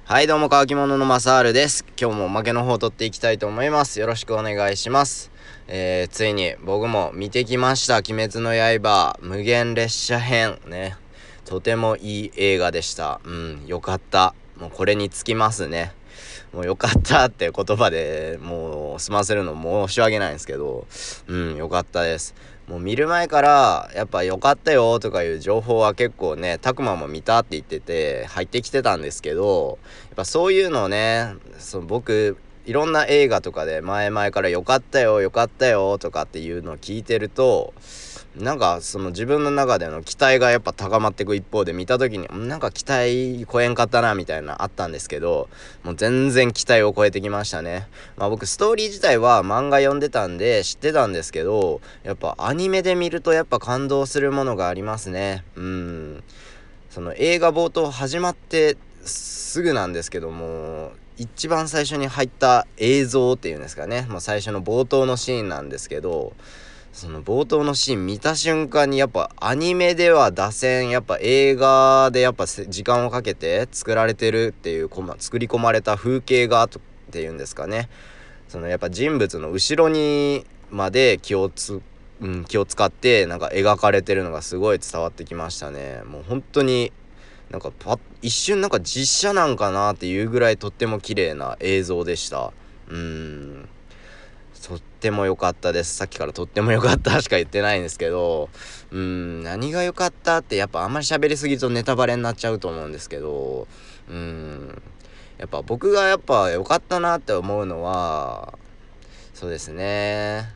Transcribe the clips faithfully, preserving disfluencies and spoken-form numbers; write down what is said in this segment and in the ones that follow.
はい、どうも、乾き物のマサールです。今日もおまけの方取っていきたいと思います。よろしくお願いします。えー、ついに僕も見てきました。鬼滅の刃無限列車編ね。とてもいい映画でした。うん、よかった。もうこれにつきますね。もうよかったって言葉でもう済ませるの申し訳ないんですけど、うん、よかったです。もう見る前からやっぱ良かったよとかいう情報は結構ね、たくまも見たって言ってて入ってきてたんですけど、やっぱそういうのをね、その僕いろんな映画とかで前々から良かったよ良かったよとかっていうのを聞いてると、なんかその自分の中での期待がやっぱ高まっていく一方で、見た時になんか期待超えんかったなみたいなあったんですけど、もう全然期待を超えてきましたね。まあ僕ストーリー自体は漫画読んでたんで知ってたんですけど、やっぱアニメで見るとやっぱ感動するものがありますね。うんその映画冒頭始まってすぐなんですけども、一番最初に入った映像っていうんですかね、もう最初の冒頭のシーンなんですけど、その冒頭のシーン見た瞬間にやっぱアニメでは出せん、やっぱ映画でやっぱ時間をかけて作られてるっていう、作り込まれた風景画っていうんですかね、そのやっぱ人物の後ろにまで気をつ、うん、気を使ってなんか描かれてるのがすごい伝わってきましたね。もう本当になんかパッ一瞬なんか実写なんかなっていうぐらいとっても綺麗な映像でした。うーんとっても良かったです。さっきからとっても良かったしか言ってないんですけど、うーん何が良かったってやっぱあんまり喋りすぎるとネタバレになっちゃうと思うんですけど、うーんやっぱ僕がやっぱ良かったなって思うのは、そうですね、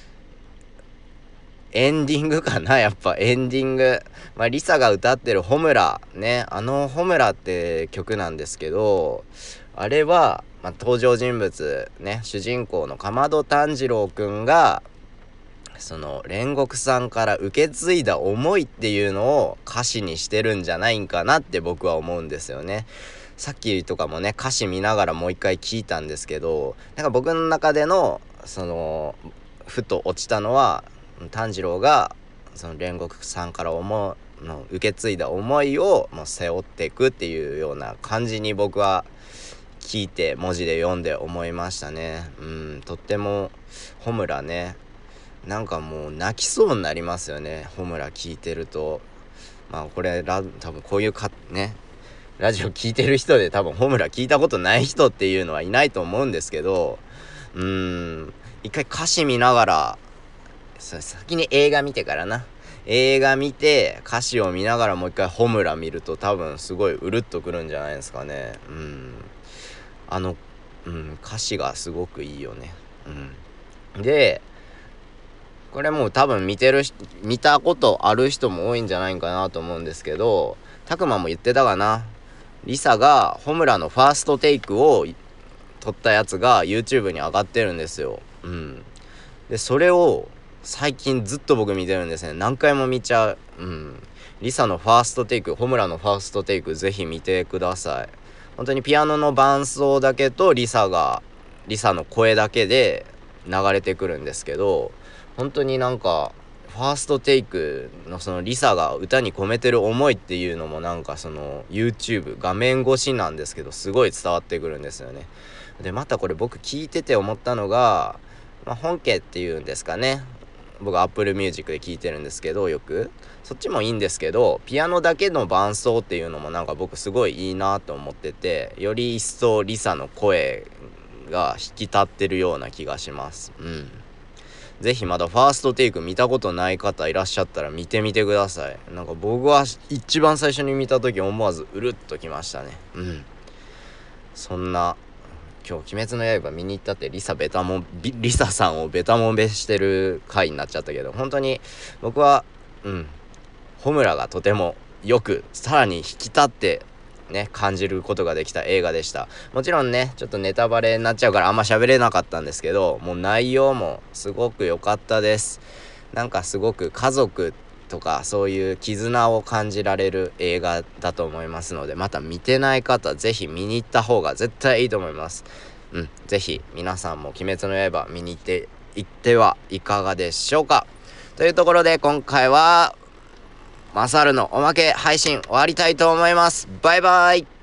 エンディングかな。やっぱエンディング、まあリサが歌ってるホムラね、あのホムラって曲なんですけど、あれは、まあ、登場人物ね、主人公のかまど炭治郎くんがその煉獄さんから受け継いだ思いっていうのを歌詞にしてるんじゃないんかなって僕は思うんですよね。さっきとかもね、歌詞見ながらもう一回聞いたんですけど、なんか僕の中でのそのふと落ちたのは、炭治郎がその煉獄さんから思うの受け継いだ思いをもう背負っていくっていうような感じに僕は聞いて文字で読んで思いましたね。うんとってもホムラね、なんかもう泣きそうになりますよね、ホムラ聞いてると。まあこれラ多分こういうかねラジオ聞いてる人で多分ホムラ聞いたことない人っていうのはいないと思うんですけど、うーん一回歌詞見ながら、先に映画見てからな映画見て歌詞を見ながらもう一回ホムラ見ると多分すごいうるっとくるんじゃないですかね。うんあのうん歌詞がすごくいいよね。うんでこれもう多分見てる見たことある人も多いんじゃないかなと思うんですけど、たくまも言ってたかな、リサがホムラのファーストテイクを撮ったやつが YouTube に上がってるんですよ。うんでそれを最近ずっと僕見てるんですね。何回も見ちゃう。うんリサのファーストテイク、ホムラのファーストテイクぜひ見てください。本当にピアノの伴奏だけとリサがリサの声だけで流れてくるんですけど、本当になんかファーストテイクのそのリサが歌に込めてる思いっていうのもなんかその YouTube 画面越しなんですけどすごい伝わってくるんですよね。でまたこれ僕聞いてて思ったのが、まあ、本家っていうんですかね、僕 Apple Music で聞いてるんですけど、よくそっちもいいんですけど、ピアノだけの伴奏っていうのもなんか僕すごいいいなと思ってて、より一層リサの声が引き立ってるような気がします。うんぜひまだファーストテイク見たことない方いらっしゃったら見てみてください。なんか僕は一番最初に見た時思わずうるっときましたね。うんそんな今日鬼滅の刃見に行ったってリサベタモンリサさんをベタモンベしてる回になっちゃったけど、本当に僕はうんホムラがとてもよくさらに引き立ってね感じることができた映画でした。もちろんねちょっとネタバレになっちゃうからあんま喋れなかったんですけど、もう内容もすごく良かったです。なんかすごく家族とかそういう絆を感じられる映画だと思いますので、また見てない方ぜひ見に行った方が絶対いいと思います。うんぜひ皆さんも鬼滅の刃見に行って行ってはいかがでしょうか。というところで今回はマサルのおまけ配信終わりたいと思います。バイバイ。